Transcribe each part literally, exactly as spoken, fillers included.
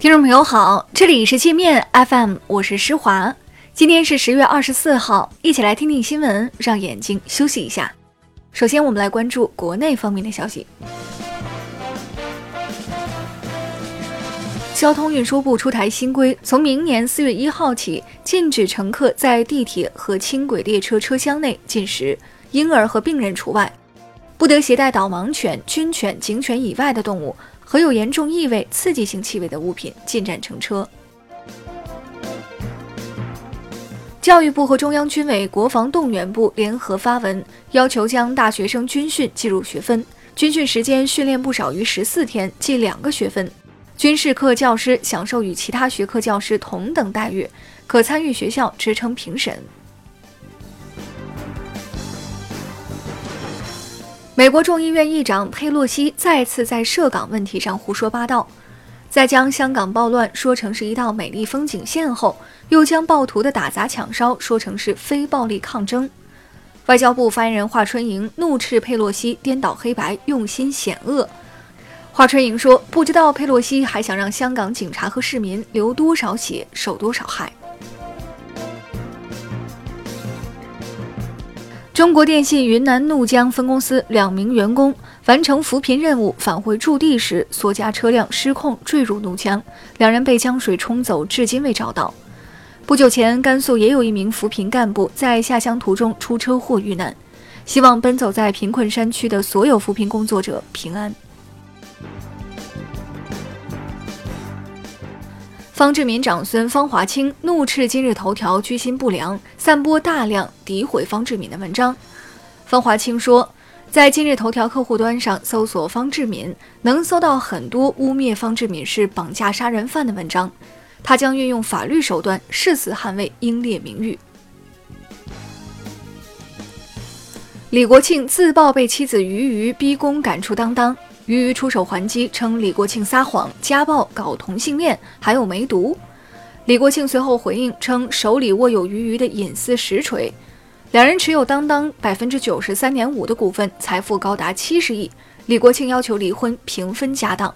听众朋友好，这里是界面 F M， 我是施华。今天是十月二十四号，一起来听听新闻，让眼睛休息一下。首先我们来关注国内方面的消息。交通运输部出台新规，从明年四月一号起，禁止乘客在地铁和轻轨列车车厢内进食，婴儿和病人除外，不得携带导盲犬、军犬、警犬以外的动物和有严重异味、刺激性气味的物品进站乘车。教育部和中央军委国防动员部联合发文，要求将大学生军训计入学分，军训时间训练不少于十四天，计两个学分。军事课教师享受与其他学科教师同等待遇，可参与学校职称评审。美国众议院议长佩洛西再次在涉港问题上胡说八道，在将香港暴乱说成是一道美丽风景线后，又将暴徒的打砸抢烧说成是非暴力抗争。外交部发言人华春莹怒斥佩洛西颠倒黑白，用心险恶。华春莹说，不知道佩洛西还想让香港警察和市民流多少血，受多少害。中国电信云南怒江分公司两名员工完成扶贫任务返回驻地时，所驾车辆失控坠入怒江，两人被江水冲走，至今未找到。不久前，甘肃也有一名扶贫干部在下乡途中出车祸遇难，希望奔走在贫困山区的所有扶贫工作者平安。方志敏长孙方华清怒斥今日头条居心不良，散播大量诋毁方志敏的文章。方华清说，在今日头条客户端上搜索方志敏，能搜到很多污蔑方志敏是绑架杀人犯的文章，他将运用法律手段誓死捍卫英烈名誉。李国庆自曝被妻子俞渝逼宫赶出当当，俞渝出手还击，称李国庆撒谎、家暴、搞同性恋，还有梅毒。李国庆随后回应称，手里握有俞渝的隐私实锤，两人持有当当百分之九十三点五的股份，财富高达七十亿。李国庆要求离婚，平分家当。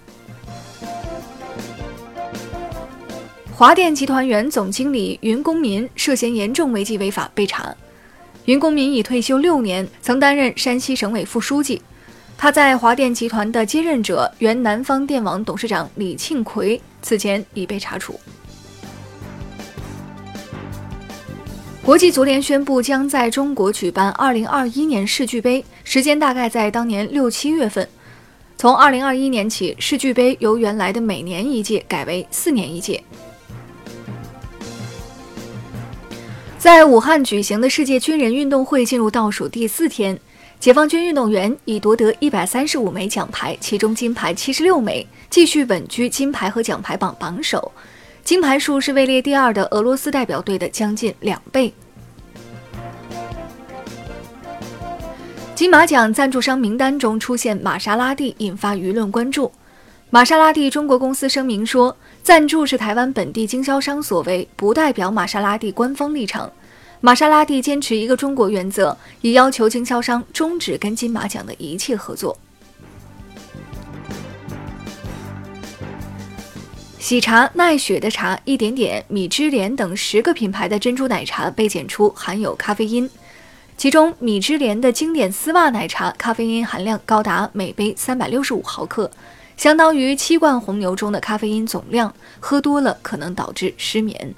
华电集团原总经理云公民涉嫌严重违纪违法被查。云公民已退休六年，曾担任山西省委副书记。他在华电集团的接任者原南方电网董事长李庆奎此前已被查处。国际足联宣布将在中国举办二零二一年世俱杯，时间大概在当年六七月份。从二零二一年起，世俱杯由原来的每年一届改为四年一届。在武汉举行的世界军人运动会进入倒数第四天，解放军运动员已夺得一百三十五枚奖牌，其中金牌七十六枚，继续稳居金牌和奖牌榜榜首。金牌数是位列第二的俄罗斯代表队的将近两倍。金马奖赞助商名单中出现玛莎拉蒂，引发舆论关注。玛莎拉蒂中国公司声明说，赞助是台湾本地经销商所为，不代表玛莎拉蒂官方立场。玛莎拉蒂坚持一个中国原则，已要求经销商终止跟金马奖的一切合作。喜茶、奈雪的茶、一点点、米芝莲等十个品牌的珍珠奶茶被检出含有咖啡因，其中米芝莲的经典丝袜奶茶咖啡因含量高达每杯三百六十五毫克，相当于七罐红牛中的咖啡因总量，喝多了可能导致失眠。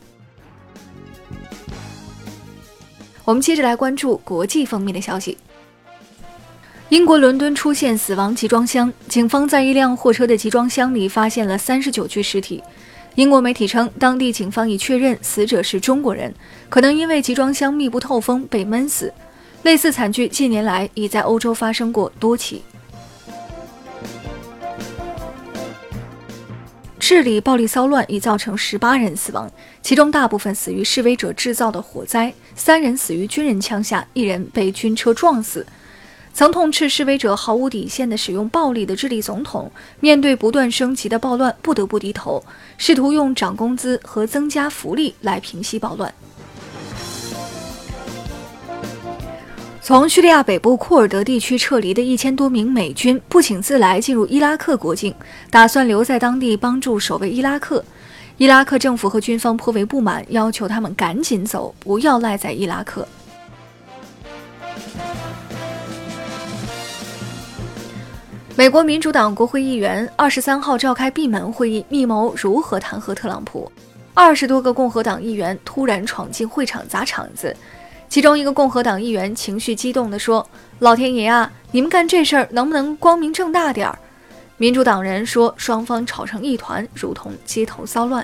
我们接着来关注国际方面的消息。英国伦敦出现死亡集装箱，警方在一辆货车的集装箱里发现了三十九具尸体。英国媒体称，当地警方已确认死者是中国人，可能因为集装箱密不透风被闷死。类似惨剧近年来已在欧洲发生过多起。智利暴力骚乱已造成十八人死亡，其中大部分死于示威者制造的火灾，三人死于军人枪下，一人被军车撞死。曾痛斥示威者毫无底线地使用暴力的智利总统，面对不断升级的暴乱不得不低头，试图用涨工资和增加福利来平息暴乱。从叙利亚北部库尔德地区撤离的一千多名美军不请自来进入伊拉克国境，打算留在当地帮助守卫伊拉克。 伊拉克政府和军方颇为不满，要求他们赶紧走，不要赖在伊拉克。美国民主党国会议员二十三号召开闭门会议，密谋如何弹劾特朗普。二十多个共和党议员突然闯进会场砸场子，其中一个共和党议员情绪激动地说：“老天爷啊，你们干这事儿能不能光明正大点儿？”民主党人说双方吵成一团，如同街头骚乱。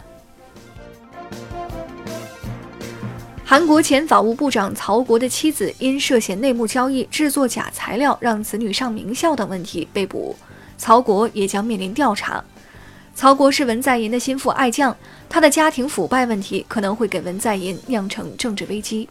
韩国前法务部长曹国的妻子因涉嫌内幕交易、制作假材料让子女上名校等问题被捕，曹国也将面临调查。曹国是文在寅的心腹爱将，他的家庭腐败问题可能会给文在寅酿成政治危机。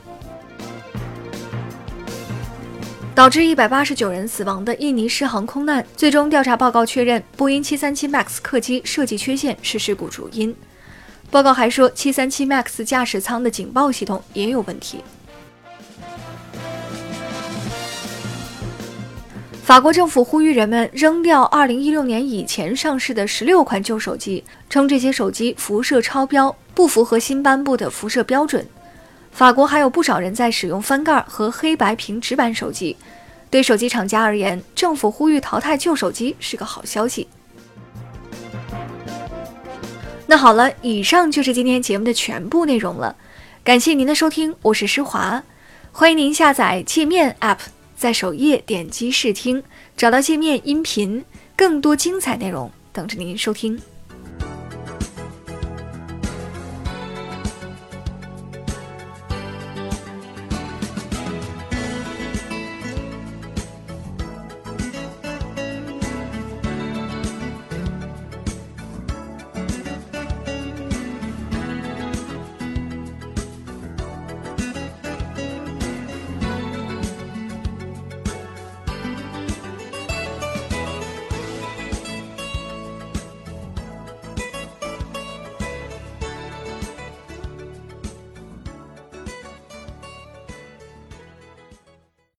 导致一百八十九人死亡的印尼失航空难，最终调查报告确认，波音七三七 MAX 客机设计缺陷是事故主因。报告还说，七三七 MAX 驾驶舱的警报系统也有问题。法国政府呼吁人们扔掉二零一六年以前上市的十六款旧手机，称这些手机辐射超标，不符合新颁布的辐射标准。法国还有不少人在使用翻盖和黑白屏直板手机，对手机厂家而言，政府呼吁淘汰旧手机是个好消息。那好了，以上就是今天节目的全部内容了，感谢您的收听，我是施华，欢迎您下载界面 App， 在首页点击试听，找到界面音频，更多精彩内容等着您收听。